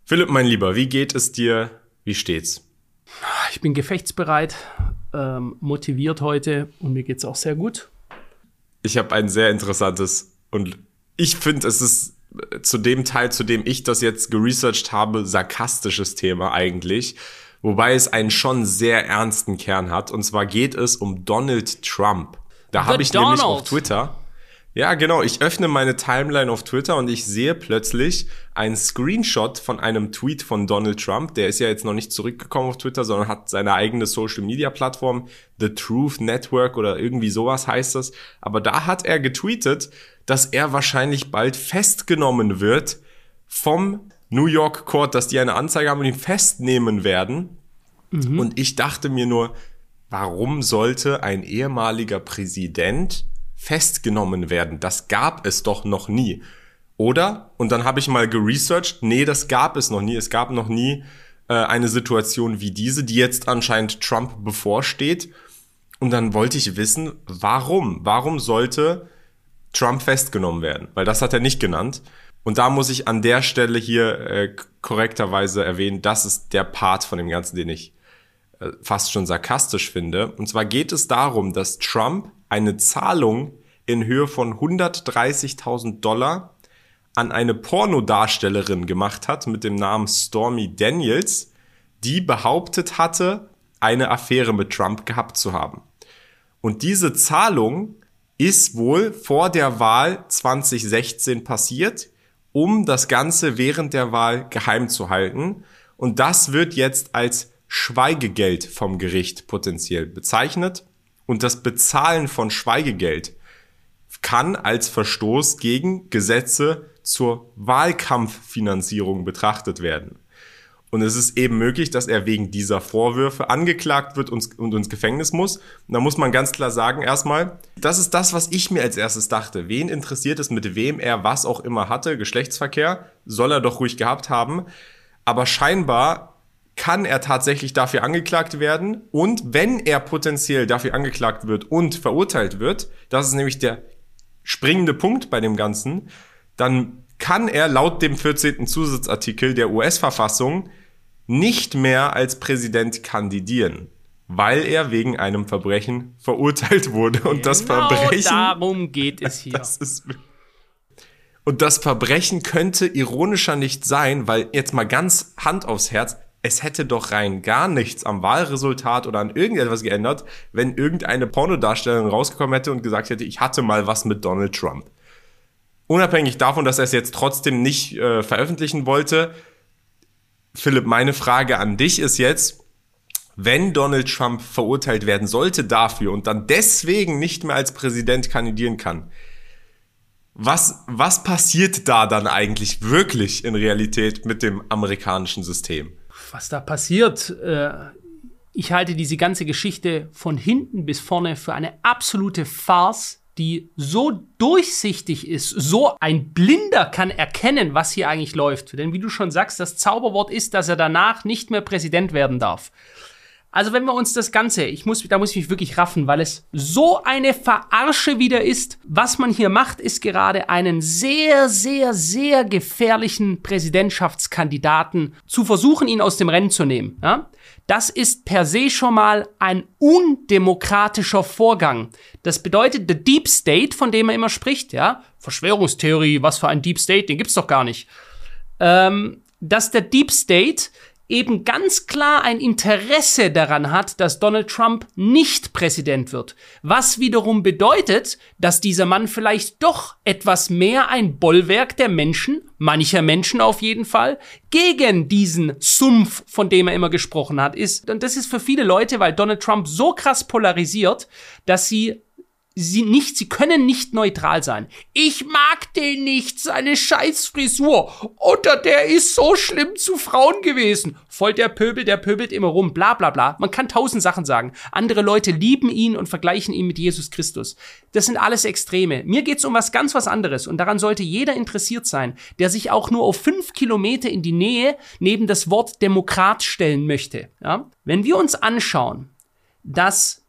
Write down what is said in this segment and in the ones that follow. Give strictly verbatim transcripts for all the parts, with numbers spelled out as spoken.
Philipp, mein Lieber, wie geht es dir? Wie steht's? Ich bin gefechtsbereit, ähm, motiviert heute und mir geht's auch sehr gut. Ich habe ein sehr interessantes und ich finde, es ist zu dem Teil, zu dem ich das jetzt geresearched habe, sarkastisches Thema eigentlich, wobei es einen schon sehr ernsten Kern hat. Und zwar geht es um Donald Trump. Da habe ich Donald. nämlich auf Twitter, ja genau, ich öffne meine Timeline auf Twitter und ich sehe plötzlich einen Screenshot von einem Tweet von Donald Trump. Der ist ja jetzt noch nicht zurückgekommen auf Twitter, sondern hat seine eigene Social-Media-Plattform, The Truth Network oder irgendwie sowas heißt das. Aber da hat er getweetet, dass er wahrscheinlich bald festgenommen wird vom New York Court, dass die eine Anzeige haben und ihn festnehmen werden. Mhm. Und ich dachte mir nur, warum sollte ein ehemaliger Präsident festgenommen werden? Das gab es doch noch nie. Oder? Und dann habe ich mal geresearched, nee, das gab es noch nie. Es gab noch nie äh, eine Situation wie diese, die jetzt anscheinend Trump bevorsteht. Und dann wollte ich wissen, warum? Warum sollte Trump festgenommen werden? Weil das hat er nicht genannt. Und da muss ich an der Stelle hier äh, korrekterweise erwähnen, das ist der Part von dem Ganzen, den ich äh, fast schon sarkastisch finde. Und zwar geht es darum, dass Trump eine Zahlung in Höhe von hundertdreißigtausend Dollar an eine Pornodarstellerin gemacht hat mit dem Namen Stormy Daniels, die behauptet hatte, eine Affäre mit Trump gehabt zu haben. Und diese Zahlung ist wohl vor der Wahl zwanzig sechzehn passiert, um das Ganze während der Wahl geheim zu halten. Und das wird jetzt als Schweigegeld vom Gericht potenziell bezeichnet. Und das Bezahlen von Schweigegeld kann als Verstoß gegen Gesetze zur Wahlkampffinanzierung betrachtet werden. Und es ist eben möglich, dass er wegen dieser Vorwürfe angeklagt wird und, und ins Gefängnis muss. Und da muss man ganz klar sagen, erstmal, das ist das, was ich mir als erstes dachte. Wen interessiert es, mit wem er was auch immer hatte? Geschlechtsverkehr soll er doch ruhig gehabt haben. Aber scheinbar kann er tatsächlich dafür angeklagt werden. Und wenn er potenziell dafür angeklagt wird und verurteilt wird, das ist nämlich der springende Punkt bei dem Ganzen, dann kann er laut dem vierzehnten Zusatzartikel der U S-Verfassung nicht mehr als Präsident kandidieren, weil er wegen einem Verbrechen verurteilt wurde. Und das genau Verbrechen... darum geht es hier. Das ist, und das Verbrechen könnte ironischer nicht sein, weil jetzt mal ganz Hand aufs Herz, es hätte doch rein gar nichts am Wahlresultat oder an irgendetwas geändert, wenn irgendeine Pornodarstellerin rausgekommen hätte und gesagt hätte, ich hatte mal was mit Donald Trump. Unabhängig davon, dass er es jetzt trotzdem nicht äh, veröffentlichen wollte, Philipp, meine Frage an dich ist jetzt, wenn Donald Trump verurteilt werden sollte dafür und dann deswegen nicht mehr als Präsident kandidieren kann, was, was passiert da dann eigentlich wirklich in Realität mit dem amerikanischen System? Was da passiert, äh, ich halte diese ganze Geschichte von hinten bis vorne für eine absolute Farce, die so durchsichtig ist, so ein Blinder kann erkennen, was hier eigentlich läuft. Denn wie du schon sagst, das Zauberwort ist, dass er danach nicht mehr Präsident werden darf. Also wenn wir uns das Ganze, ich muss, da muss ich mich wirklich raffen, weil es so eine Verarsche wieder ist. Was man hier macht, ist gerade einen sehr, sehr, sehr gefährlichen Präsidentschaftskandidaten zu versuchen, ihn aus dem Rennen zu nehmen. Ja? Das ist per se schon mal ein undemokratischer Vorgang. Das bedeutet, der Deep State, von dem er immer spricht, ja, Verschwörungstheorie, was für ein Deep State, den gibt's doch gar nicht. Ähm, dass der Deep State eben ganz klar ein Interesse daran hat, dass Donald Trump nicht Präsident wird. Was wiederum bedeutet, dass dieser Mann vielleicht doch etwas mehr ein Bollwerk der Menschen, mancher Menschen auf jeden Fall, gegen diesen Sumpf, von dem er immer gesprochen hat, ist. Und das ist für viele Leute, weil Donald Trump so krass polarisiert, dass sie Sie nicht, sie können nicht neutral sein. Ich mag den nicht, seine Scheißfrisur. Oder der ist so schlimm zu Frauen gewesen. Voll der Pöbel, der pöbelt immer rum, bla bla bla. Man kann tausend Sachen sagen. Andere Leute lieben ihn und vergleichen ihn mit Jesus Christus. Das sind alles Extreme. Mir geht's um was ganz was anderes. Und daran sollte jeder interessiert sein, der sich auch nur auf fünf Kilometer in die Nähe neben das Wort Demokrat stellen möchte. Ja? Wenn wir uns anschauen, dass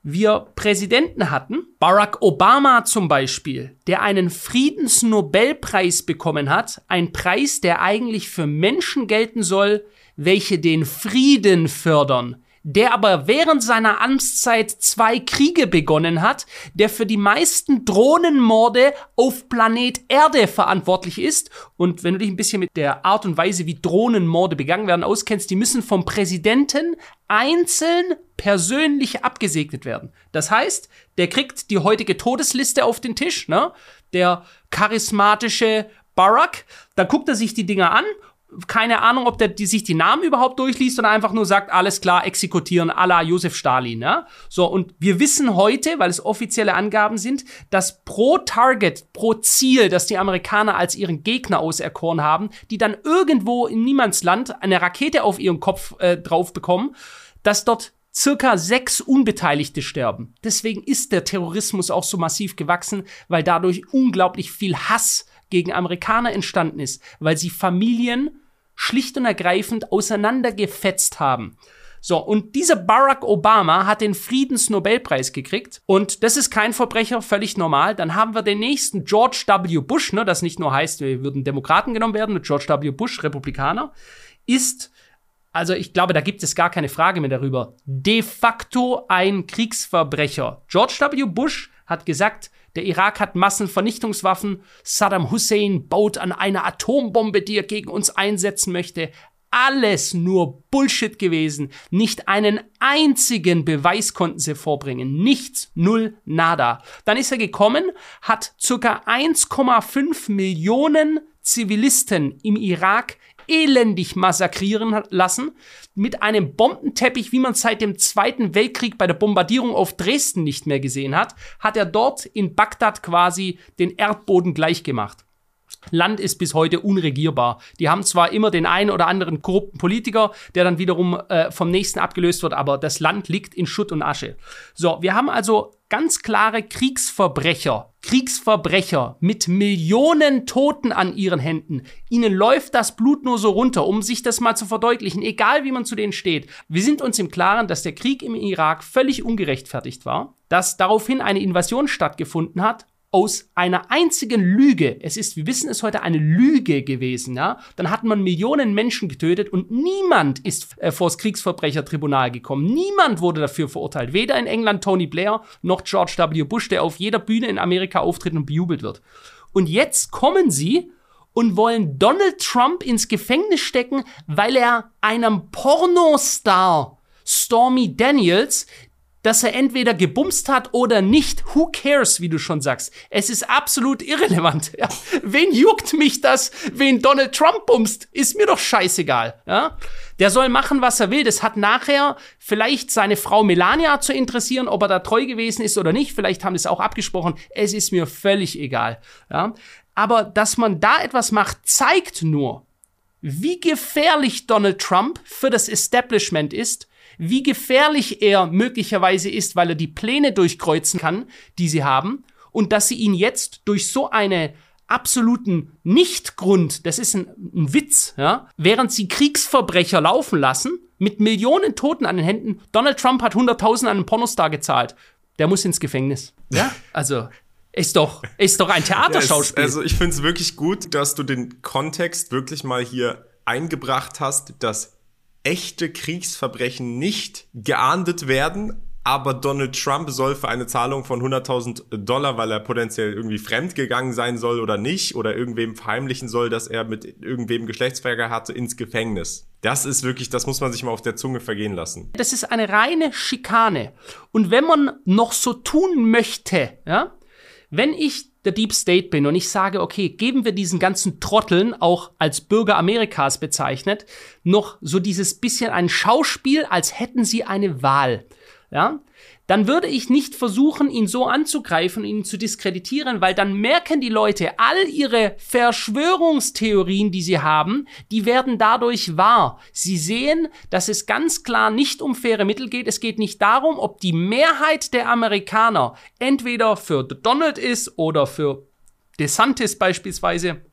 wir Präsidenten hatten, Barack Obama zum Beispiel, der einen Friedensnobelpreis bekommen hat, ein Preis, der eigentlich für Menschen gelten soll, welche den Frieden fördern, der aber während seiner Amtszeit zwei Kriege begonnen hat, der für die meisten Drohnenmorde auf Planet Erde verantwortlich ist. Und wenn du dich ein bisschen mit der Art und Weise, wie Drohnenmorde begangen werden, auskennst, die müssen vom Präsidenten einzeln persönlich abgesegnet werden. Das heißt, der kriegt die heutige Todesliste auf den Tisch, ne? Der charismatische Barack, dann guckt er sich die Dinger an. Keine Ahnung, ob der die, sich die Namen überhaupt durchliest oder einfach nur sagt, alles klar, exekutieren à la Josef Stalin. Ja? So, und wir wissen heute, weil es offizielle Angaben sind, dass pro Target, pro Ziel, das die Amerikaner als ihren Gegner auserkoren haben, die dann irgendwo in Niemandsland eine Rakete auf ihren Kopf äh, drauf bekommen, dass dort circa sechs Unbeteiligte sterben. Deswegen ist der Terrorismus auch so massiv gewachsen, weil dadurch unglaublich viel Hass gegen Amerikaner entstanden ist, weil sie Familien schlicht und ergreifend auseinandergefetzt haben. So, und dieser Barack Obama hat den Friedensnobelpreis gekriegt und das ist kein Verbrecher, völlig normal. Dann haben wir den nächsten George W. Bush, ne, das nicht nur heißt, wir würden Demokraten genommen werden, George W. Bush, Republikaner, ist, also ich glaube, da gibt es gar keine Frage mehr darüber, de facto ein Kriegsverbrecher. George W. Bush hat gesagt, der Irak hat Massenvernichtungswaffen, Saddam Hussein baut an einer Atombombe, die er gegen uns einsetzen möchte. Alles nur Bullshit gewesen. Nicht einen einzigen Beweis konnten sie vorbringen. Nichts, null, nada. Dann ist er gekommen, hat circa eins Komma fünf Millionen Zivilisten im Irak elendig massakrieren lassen, mit einem Bombenteppich, wie man seit dem Zweiten Weltkrieg bei der Bombardierung auf Dresden nicht mehr gesehen hat, hat er dort in Bagdad quasi den Erdboden gleichgemacht. Land ist bis heute unregierbar. Die haben zwar immer den einen oder anderen korrupten Politiker, der dann wiederum äh, vom nächsten abgelöst wird, aber das Land liegt in Schutt und Asche. So, wir haben also ganz klare Kriegsverbrecher, Kriegsverbrecher mit Millionen Toten an ihren Händen. Ihnen läuft das Blut nur so runter, um sich das mal zu verdeutlichen, egal wie man zu denen steht. Wir sind uns im Klaren, dass der Krieg im Irak völlig ungerechtfertigt war, dass daraufhin eine Invasion stattgefunden hat, aus einer einzigen Lüge. Es ist, wir wissen es heute, eine Lüge gewesen, ja. Dann hat man Millionen Menschen getötet und niemand ist äh, vor das Kriegsverbrechertribunal gekommen. Niemand wurde dafür verurteilt. Weder in England Tony Blair noch George W. Bush, der auf jeder Bühne in Amerika auftritt und bejubelt wird. Und jetzt kommen sie und wollen Donald Trump ins Gefängnis stecken, weil er einem Pornostar, Stormy Daniels, dass er entweder gebumst hat oder nicht. Who cares, wie du schon sagst. Es ist absolut irrelevant. Ja. Wen juckt mich das, wen Donald Trump bumst? Ist mir doch scheißegal. Ja. Der soll machen, was er will. Das hat nachher vielleicht seine Frau Melania zu interessieren, ob er da treu gewesen ist oder nicht. Vielleicht haben die es auch abgesprochen. Es ist mir völlig egal. Ja. Aber dass man da etwas macht, zeigt nur, wie gefährlich Donald Trump für das Establishment ist, wie gefährlich er möglicherweise ist, weil er die Pläne durchkreuzen kann, die sie haben, und dass sie ihn jetzt durch so eine absoluten Nichtgrund, das ist ein, ein Witz, ja, während sie Kriegsverbrecher laufen lassen, mit Millionen Toten an den Händen. Donald Trump hat hunderttausend an einen Pornostar gezahlt. Der muss ins Gefängnis. Ja, also ist doch, ist doch ein Theaterschauspiel. Ja, es, also ich finde es wirklich gut, dass du den Kontext wirklich mal hier eingebracht hast, dass echte Kriegsverbrechen nicht geahndet werden, aber Donald Trump soll für eine Zahlung von hunderttausend Dollar, weil er potenziell irgendwie fremdgegangen sein soll oder nicht, oder irgendwem verheimlichen soll, dass er mit irgendwem Geschlechtsverkehr hatte, ins Gefängnis. Das ist wirklich, das muss man sich mal auf der Zunge vergehen lassen. Das ist eine reine Schikane. Und wenn man noch so tun möchte, ja, wenn ich der Deep State bin und ich sage, okay, geben wir diesen ganzen Trotteln, auch als Bürger Amerikas bezeichnet, noch so dieses bisschen ein Schauspiel, als hätten sie eine Wahl, ja, dann würde ich nicht versuchen, ihn so anzugreifen, ihn zu diskreditieren, weil dann merken die Leute, all ihre Verschwörungstheorien, die sie haben, die werden dadurch wahr. Sie sehen, dass es ganz klar nicht um faire Mittel geht. Es geht nicht darum, ob die Mehrheit der Amerikaner entweder für Donald ist oder für DeSantis beispielsweise.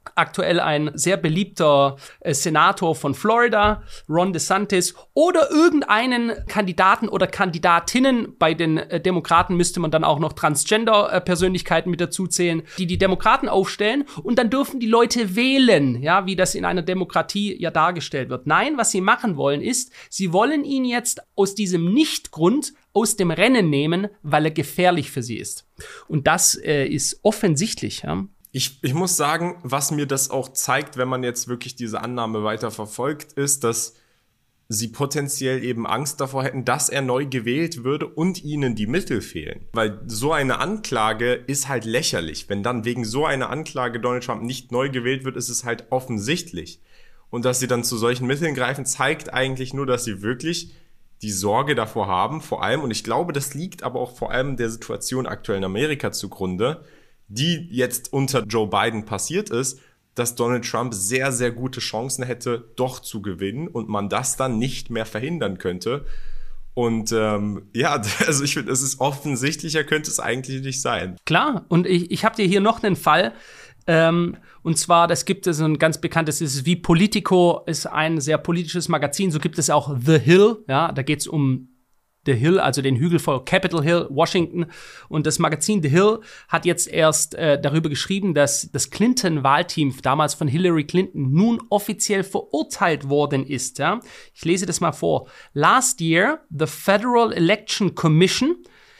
aktuell ein sehr beliebter äh, Senator von Florida, Ron DeSantis, oder irgendeinen Kandidaten oder Kandidatinnen, bei den äh, Demokraten müsste man dann auch noch Transgender-Persönlichkeiten mit dazu zählen, die die Demokraten aufstellen, und dann dürfen die Leute wählen, ja, wie das in einer Demokratie ja dargestellt wird. Nein, was sie machen wollen ist, sie wollen ihn jetzt aus diesem Nichtgrund aus dem Rennen nehmen, weil er gefährlich für sie ist. Und das äh, ist offensichtlich, ja. Ich, ich muss sagen, was mir das auch zeigt, wenn man jetzt wirklich diese Annahme weiter verfolgt, ist, dass sie potenziell eben Angst davor hätten, dass er neu gewählt würde und ihnen die Mittel fehlen. Weil so eine Anklage ist halt lächerlich. Wenn dann wegen so einer Anklage Donald Trump nicht neu gewählt wird, ist es halt offensichtlich. Und dass sie dann zu solchen Mitteln greifen, zeigt eigentlich nur, dass sie wirklich die Sorge davor haben, vor allem, und ich glaube, das liegt aber auch vor allem der Situation aktuell in Amerika zugrunde, die jetzt unter Joe Biden passiert ist, dass Donald Trump sehr, sehr gute Chancen hätte, doch zu gewinnen und man das dann nicht mehr verhindern könnte. Und ähm, ja, also ich finde, es ist offensichtlicher, könnte es eigentlich nicht sein. Klar, und ich, ich habe dir hier noch einen Fall, ähm, und zwar, das gibt es ein ganz bekanntes, das ist wie Politico, ist ein sehr politisches Magazin, so gibt es auch The Hill, ja, da geht es um The Hill, also den Hügel vor Capitol Hill, Washington. Und das Magazin The Hill hat jetzt erst äh, darüber geschrieben, dass das Clinton-Wahlteam damals von Hillary Clinton nun offiziell verurteilt worden ist. Ja? Ich lese das mal vor. Last year, the Federal Election Commission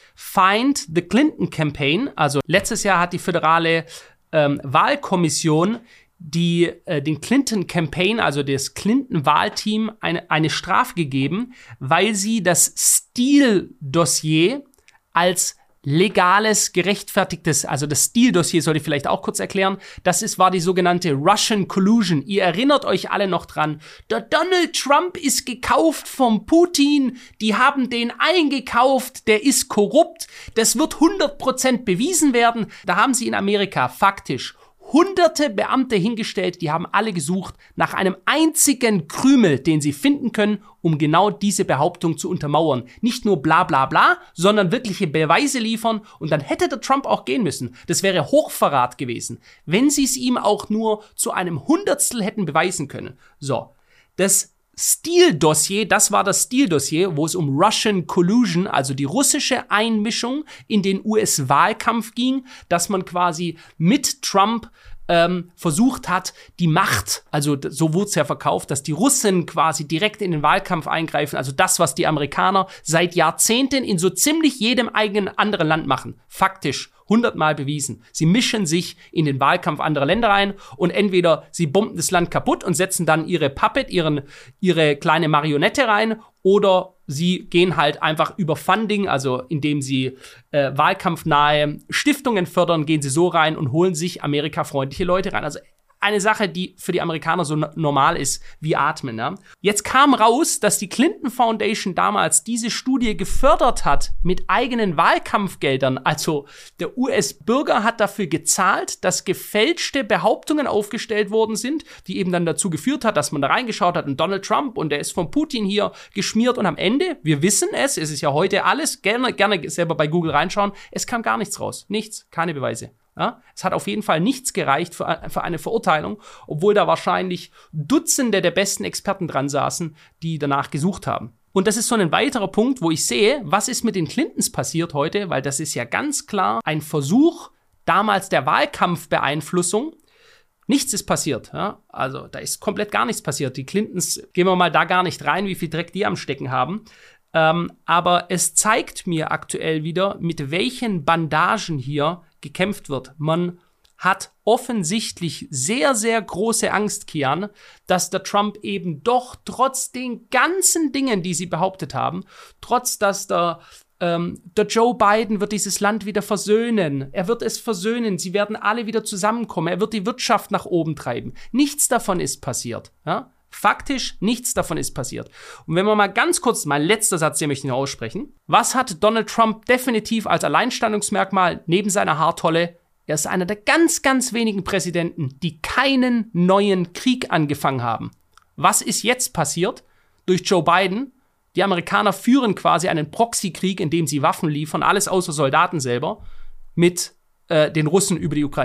fined the Clinton campaign. Also letztes Jahr hat die föderale ähm, Wahlkommission die äh, den Clinton-Campaign, also das Clinton-Wahlteam, eine, eine Strafe gegeben, weil sie das Steele-Dossier als legales, gerechtfertigtes, also das Steele-Dossier sollte ich vielleicht auch kurz erklären, das ist, war die sogenannte Russian Collusion. Ihr erinnert euch alle noch dran, der Donald Trump ist gekauft vom Putin, die haben den eingekauft, der ist korrupt, das wird hundert Prozent bewiesen werden. Da haben sie in Amerika faktisch hunderte Beamte hingestellt, die haben alle gesucht nach einem einzigen Krümel, den sie finden können, um genau diese Behauptung zu untermauern. Nicht nur bla bla bla, sondern wirkliche Beweise liefern, und dann hätte der Trump auch gehen müssen. Das wäre Hochverrat gewesen, wenn sie es ihm auch nur zu einem Hundertstel hätten beweisen können. So, das Steele-Dossier, das war das Steele-Dossier, wo es um Russian Collusion, also die russische Einmischung in den U S-Wahlkampf ging, dass man quasi mit Trump ähm, versucht hat, die Macht, also so wurde es ja verkauft, dass die Russen quasi direkt in den Wahlkampf eingreifen, also das, was die Amerikaner seit Jahrzehnten in so ziemlich jedem eigenen anderen Land machen. Faktisch. Hundertmal bewiesen. Sie mischen sich in den Wahlkampf anderer Länder ein, und entweder sie bomben das Land kaputt und setzen dann ihre Puppet, ihren, ihre kleine Marionette rein, oder sie gehen halt einfach über Funding, also indem sie äh, wahlkampfnahe Stiftungen fördern, gehen sie so rein und holen sich amerikafreundliche Leute rein. Also eine Sache, die für die Amerikaner so n- normal ist wie Atmen. Ja? Jetzt kam raus, dass die Clinton Foundation damals diese Studie gefördert hat mit eigenen Wahlkampfgeldern. Also der U S-Bürger hat dafür gezahlt, dass gefälschte Behauptungen aufgestellt worden sind, die eben dann dazu geführt hat, dass man da reingeschaut hat, und Donald Trump, und der ist von Putin hier geschmiert, und am Ende, wir wissen es, es ist ja heute alles, gerne, gerne selber bei Google reinschauen, es kam gar nichts raus. Nichts, keine Beweise. Ja, es hat auf jeden Fall nichts gereicht für, für eine Verurteilung, obwohl da wahrscheinlich Dutzende der besten Experten dran saßen, die danach gesucht haben. Und das ist so ein weiterer Punkt, wo ich sehe, was ist mit den Clintons passiert heute, weil das ist ja ganz klar ein Versuch damals der Wahlkampfbeeinflussung. Nichts ist passiert. Ja? Also da ist komplett gar nichts passiert. Die Clintons, gehen wir mal da gar nicht rein, wie viel Dreck die am Stecken haben. Ähm, aber es zeigt mir aktuell wieder, mit welchen Bandagen hier gekämpft wird. Man hat offensichtlich sehr, sehr große Angst, Kian, dass der Trump eben doch trotz den ganzen Dingen, die sie behauptet haben, trotz dass der, ähm, der Joe Biden wird dieses Land wieder versöhnen. Er wird es versöhnen. Sie werden alle wieder zusammenkommen. Er wird die Wirtschaft nach oben treiben. Nichts davon ist passiert. Ja? Faktisch nichts davon ist passiert. Und wenn wir mal ganz kurz, mein letzter Satz, den möchte ich noch aussprechen. Was hat Donald Trump definitiv als Alleinstellungsmerkmal neben seiner Haartolle? Er ist einer der ganz, ganz wenigen Präsidenten, die keinen neuen Krieg angefangen haben. Was ist jetzt passiert? Durch Joe Biden. Die Amerikaner führen quasi einen Proxykrieg, in dem sie Waffen liefern, alles außer Soldaten selber, mit äh, den Russen über die Ukraine.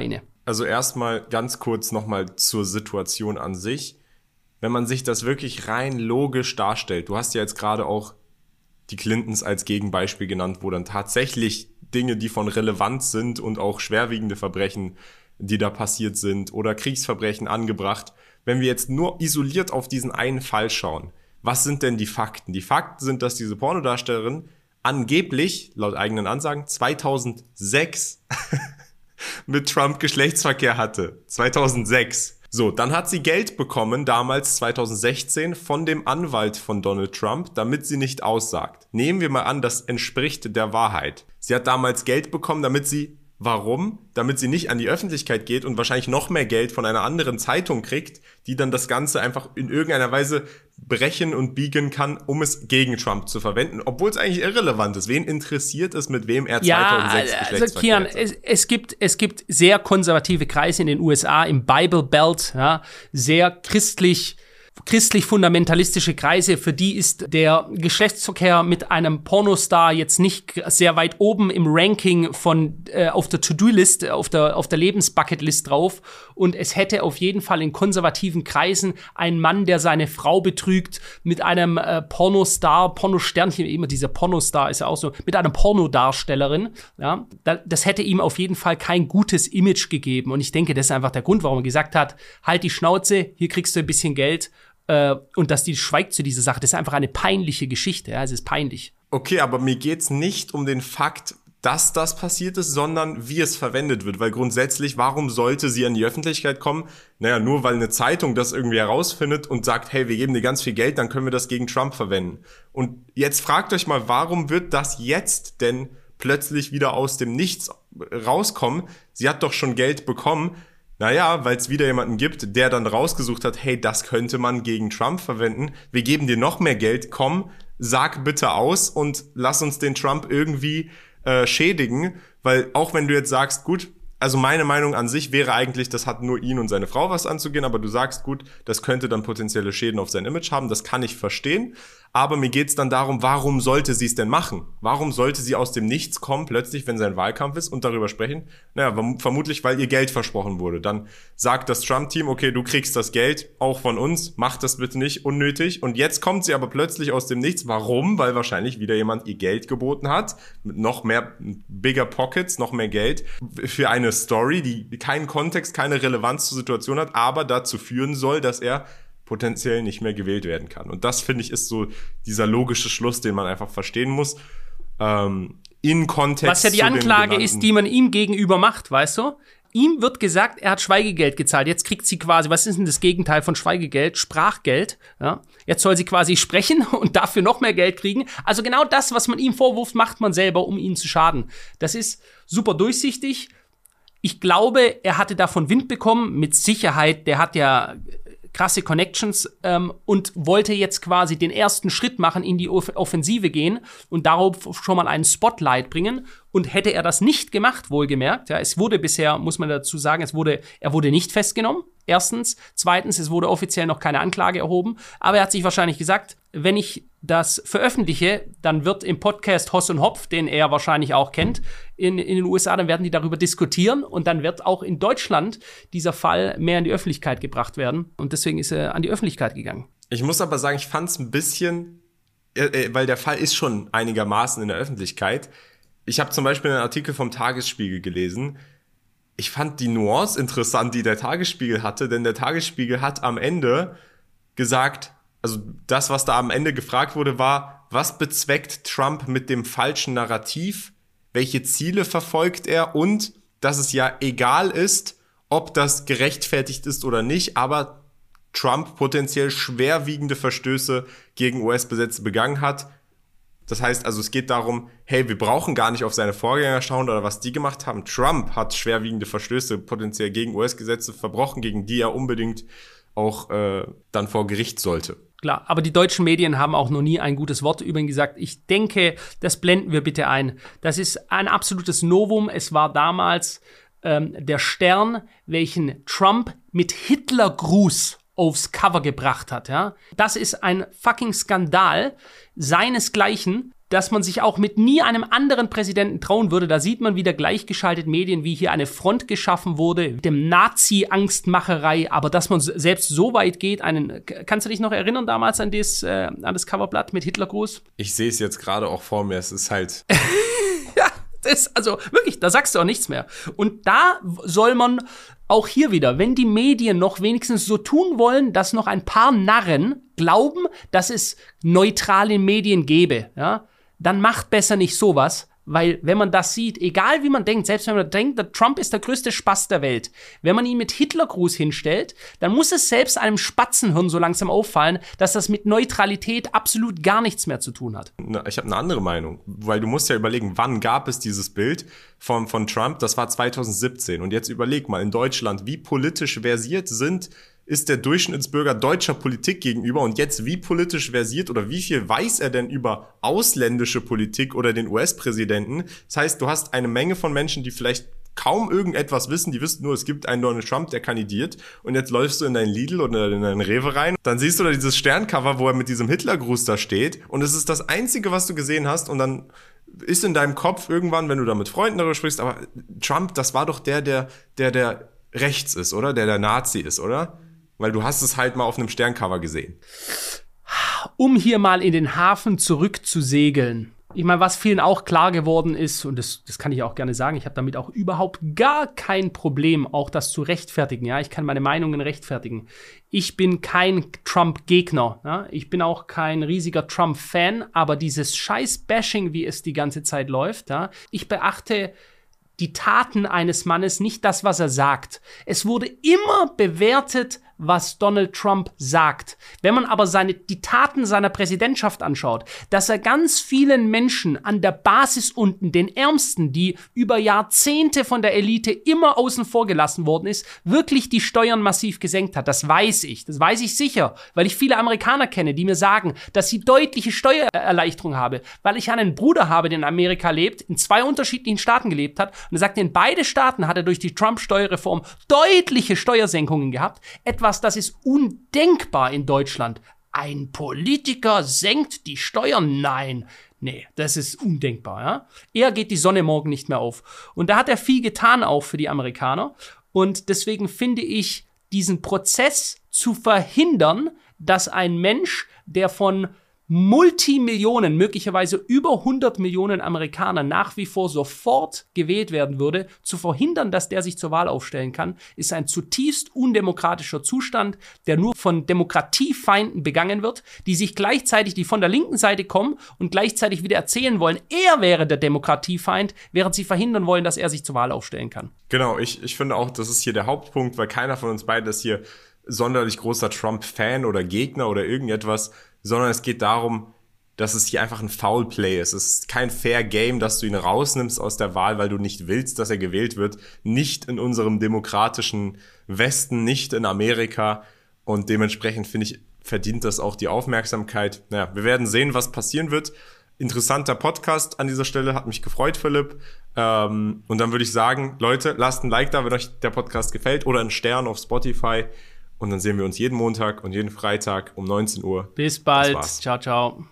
Also erstmal ganz kurz nochmal zur Situation an sich. Wenn man sich das wirklich rein logisch darstellt, du hast ja jetzt gerade auch die Clintons als Gegenbeispiel genannt, wo dann tatsächlich Dinge, die von Relevanz sind und auch schwerwiegende Verbrechen, die da passiert sind oder Kriegsverbrechen angebracht. Wenn wir jetzt nur isoliert auf diesen einen Fall schauen, was sind denn die Fakten? Die Fakten sind, dass diese Pornodarstellerin angeblich, laut eigenen Ansagen, zweitausendsechs mit Trump Geschlechtsverkehr hatte. zweitausendsechs. So, dann hat sie Geld bekommen, damals zweitausendsechzehn, von dem Anwalt von Donald Trump, damit sie nicht aussagt. Nehmen wir mal an, das entspricht der Wahrheit. Sie hat damals Geld bekommen, damit sie, warum? Damit sie nicht an die Öffentlichkeit geht und wahrscheinlich noch mehr Geld von einer anderen Zeitung kriegt, die dann das Ganze einfach in irgendeiner Weise brechen und biegen kann, um es gegen Trump zu verwenden, obwohl es eigentlich irrelevant ist. Wen interessiert es, mit wem er zweitausendsechs ja, Geschlechtsverkehr also Kian, hatte? Es, es gibt es gibt sehr konservative Kreise in den U S A, im Bible Belt, ja, sehr christlich christlich-fundamentalistische Kreise, für die ist der Geschlechtsverkehr mit einem Pornostar jetzt nicht sehr weit oben im Ranking von äh, auf der To-Do-List, auf der auf der Lebensbucketlist drauf. Und es hätte auf jeden Fall in konservativen Kreisen einen Mann, der seine Frau betrügt, mit einem äh, Pornostar, Pornosternchen, immer dieser Pornostar ist ja auch so, mit einer Pornodarstellerin, ja, da, das hätte ihm auf jeden Fall kein gutes Image gegeben. Und ich denke, das ist einfach der Grund, warum er gesagt hat, halt die Schnauze, hier kriegst du ein bisschen Geld. Und dass die schweigt zu dieser Sache, das ist einfach eine peinliche Geschichte. Ja, es ist peinlich. Okay, aber mir geht's nicht um den Fakt, dass das passiert ist, sondern wie es verwendet wird. Weil grundsätzlich, warum sollte sie an die Öffentlichkeit kommen? Naja, nur weil eine Zeitung das irgendwie herausfindet und sagt, hey, wir geben dir ganz viel Geld, dann können wir das gegen Trump verwenden. Und jetzt fragt euch mal, warum wird das jetzt denn plötzlich wieder aus dem Nichts rauskommen? Sie hat doch schon Geld bekommen. Naja, weil es wieder jemanden gibt, der dann rausgesucht hat, hey, das könnte man gegen Trump verwenden. Wir geben dir noch mehr Geld, komm, sag bitte aus und lass uns den Trump irgendwie äh, schädigen. Weil auch wenn du jetzt sagst, gut, also meine Meinung an sich wäre eigentlich, das hat nur ihn und seine Frau was anzugehen, aber du sagst, gut, das könnte dann potenzielle Schäden auf sein Image haben, das kann ich verstehen. Aber mir geht's dann darum, warum sollte sie es denn machen? Warum sollte sie aus dem Nichts kommen, plötzlich, wenn sein Wahlkampf ist und darüber sprechen? Naja, vermutlich, weil ihr Geld versprochen wurde. Dann sagt das Trump-Team, okay, du kriegst das Geld, auch von uns, mach das bitte nicht, unnötig. Und jetzt kommt sie aber plötzlich aus dem Nichts. Warum? Weil wahrscheinlich wieder jemand ihr Geld geboten hat, mit noch mehr bigger pockets, noch mehr Geld, für eine Story, die keinen Kontext, keine Relevanz zur Situation hat, aber dazu führen soll, dass er potenziell nicht mehr gewählt werden kann. Und das, finde ich, ist so dieser logische Schluss, den man einfach verstehen muss. Ähm, in Kontext. Was ja die Anklage ist, die man ihm gegenüber macht, weißt du? Ihm wird gesagt, er hat Schweigegeld gezahlt. Jetzt kriegt sie quasi, was ist denn das Gegenteil von Schweigegeld? Sprachgeld. Ja? Jetzt soll sie quasi sprechen und dafür noch mehr Geld kriegen. Also genau das, was man ihm vorwirft, macht man selber, um ihn zu schaden. Das ist super durchsichtig. Ich glaube, er hatte davon Wind bekommen. Mit Sicherheit, der hat ja krasse Connections ähm, und wollte jetzt quasi den ersten Schritt machen, in die Off- Offensive gehen und darauf schon mal einen Spotlight bringen. Und hätte er das nicht gemacht, wohlgemerkt, ja, es wurde bisher, muss man dazu sagen, es wurde, er wurde nicht festgenommen, erstens. Zweitens, es wurde offiziell noch keine Anklage erhoben. Aber er hat sich wahrscheinlich gesagt, wenn ich das veröffentliche, dann wird im Podcast Hoss und Hopf, den er wahrscheinlich auch kennt, in, in den U S A, dann werden die darüber diskutieren und dann wird auch in Deutschland dieser Fall mehr in die Öffentlichkeit gebracht werden. Und deswegen ist er an die Öffentlichkeit gegangen. Ich muss aber sagen, ich fand es ein bisschen, äh, weil der Fall ist schon einigermaßen in der Öffentlichkeit. Ich habe zum Beispiel einen Artikel vom Tagesspiegel gelesen. Ich fand die Nuance interessant, die der Tagesspiegel hatte, denn der Tagesspiegel hat am Ende gesagt, also das, was da am Ende gefragt wurde, war, was bezweckt Trump mit dem falschen Narrativ? Welche Ziele verfolgt er? Und dass es ja egal ist, ob das gerechtfertigt ist oder nicht, aber Trump potenziell schwerwiegende Verstöße gegen U S-Gesetze begangen hat. Das heißt also, es geht darum, hey, wir brauchen gar nicht auf seine Vorgänger schauen oder was die gemacht haben. Trump hat schwerwiegende Verstöße potenziell gegen U S-Gesetze verbrochen, gegen die er unbedingt auch äh, dann vor Gericht sollte. Klar, aber die deutschen Medien haben auch noch nie ein gutes Wort über ihn gesagt. Ich denke, das blenden wir bitte ein. Das ist ein absolutes Novum. Es war damals ähm, der Stern, welchen Trump mit Hitlergruß aufs Cover gebracht hat. Ja? Das ist ein fucking Skandal seinesgleichen. dass man sich auch mit nie einem anderen Präsidenten trauen würde. Da sieht man wieder gleichgeschaltet Medien, wie hier eine Front geschaffen wurde, dem Nazi-Angstmacherei, aber dass man selbst so weit geht, einen, kannst du dich noch erinnern damals an das, äh, an das Coverblatt mit Hitlergruß? Ich sehe es jetzt gerade auch vor mir, es ist halt... Ja, das, also wirklich, da sagst du auch nichts mehr. Und da soll man auch hier wieder, wenn die Medien noch wenigstens so tun wollen, dass noch ein paar Narren glauben, dass es neutrale Medien gäbe, ja, dann macht besser nicht sowas, weil wenn man das sieht, egal wie man denkt, selbst wenn man denkt, der Trump ist der größte Spaß der Welt, wenn man ihn mit Hitlergruß hinstellt, dann muss es selbst einem Spatzenhirn so langsam auffallen, dass das mit Neutralität absolut gar nichts mehr zu tun hat. Ich habe eine andere Meinung, weil du musst ja überlegen, wann gab es dieses Bild von, von Trump? Das war zwanzig siebzehn. Und jetzt überleg mal in Deutschland, wie politisch versiert sind ist der Durchschnittsbürger deutscher Politik gegenüber und jetzt wie politisch versiert oder wie viel weiß er denn über ausländische Politik oder den U S-Präsidenten? Das heißt, du hast eine Menge von Menschen, die vielleicht kaum irgendetwas wissen, die wissen nur, es gibt einen Donald Trump, der kandidiert und jetzt läufst du in dein Lidl oder in dein Rewe rein, dann siehst du da dieses Sterncover, wo er mit diesem Hitlergruß da steht und es ist das Einzige, was du gesehen hast und dann ist in deinem Kopf irgendwann, wenn du da mit Freunden darüber sprichst, aber Trump, das war doch der, der, der, der rechts ist, oder? Der der Nazi ist, oder? Weil du hast es halt mal auf einem Sterncover gesehen. Um hier mal in den Hafen zurückzusegeln. Ich meine, was vielen auch klar geworden ist, und das, das kann ich auch gerne sagen, ich habe damit auch überhaupt gar kein Problem, auch das zu rechtfertigen. Ja, ich kann meine Meinungen rechtfertigen. Ich bin kein Trump-Gegner. Ja? Ich bin auch kein riesiger Trump-Fan, aber dieses Scheiß-Bashing, wie es die ganze Zeit läuft, ja? Ich beachte die Taten eines Mannes, nicht das, was er sagt. Es wurde immer bewertet, was Donald Trump sagt. Wenn man aber seine, die Taten seiner Präsidentschaft anschaut, dass er ganz vielen Menschen an der Basis unten, den Ärmsten, die über Jahrzehnte von der Elite immer außen vor gelassen worden ist, wirklich die Steuern massiv gesenkt hat. Das weiß ich. Das weiß ich sicher, weil ich viele Amerikaner kenne, die mir sagen, dass sie deutliche Steuererleichterung habe, weil ich einen Bruder habe, der in Amerika lebt, in zwei unterschiedlichen Staaten gelebt hat und er sagt, in beide Staaten hat er durch die Trump-Steuerreform deutliche Steuersenkungen gehabt. Etwas das ist undenkbar in Deutschland. Ein Politiker senkt die Steuern? Nein. Nee, das ist undenkbar. Ja? Eher geht die Sonne morgen nicht mehr auf. Und da hat er viel getan auch für die Amerikaner. Und deswegen finde ich, diesen Prozess zu verhindern, dass ein Mensch, der von Multimillionen, möglicherweise über hundert Millionen Amerikaner nach wie vor sofort gewählt werden würde, zu verhindern, dass der sich zur Wahl aufstellen kann, ist ein zutiefst undemokratischer Zustand, der nur von Demokratiefeinden begangen wird, die sich gleichzeitig, die von der linken Seite kommen und gleichzeitig wieder erzählen wollen, er wäre der Demokratiefeind, während sie verhindern wollen, dass er sich zur Wahl aufstellen kann. Genau, ich, ich finde auch, das ist hier der Hauptpunkt, weil keiner von uns beiden ist hier sonderlich großer Trump-Fan oder Gegner oder irgendetwas, sondern es geht darum, dass es hier einfach ein Foul-Play ist. Es ist kein Fair Game, dass du ihn rausnimmst aus der Wahl, weil du nicht willst, dass er gewählt wird. Nicht in unserem demokratischen Westen, nicht in Amerika. Und dementsprechend, finde ich, verdient das auch die Aufmerksamkeit. Naja, wir werden sehen, was passieren wird. Interessanter Podcast an dieser Stelle, hat mich gefreut, Philipp. Ähm, und dann würde ich sagen, Leute, lasst ein Like da, wenn euch der Podcast gefällt oder einen Stern auf Spotify. Und dann sehen wir uns jeden Montag und jeden Freitag um neunzehn Uhr. Bis bald. Ciao, ciao.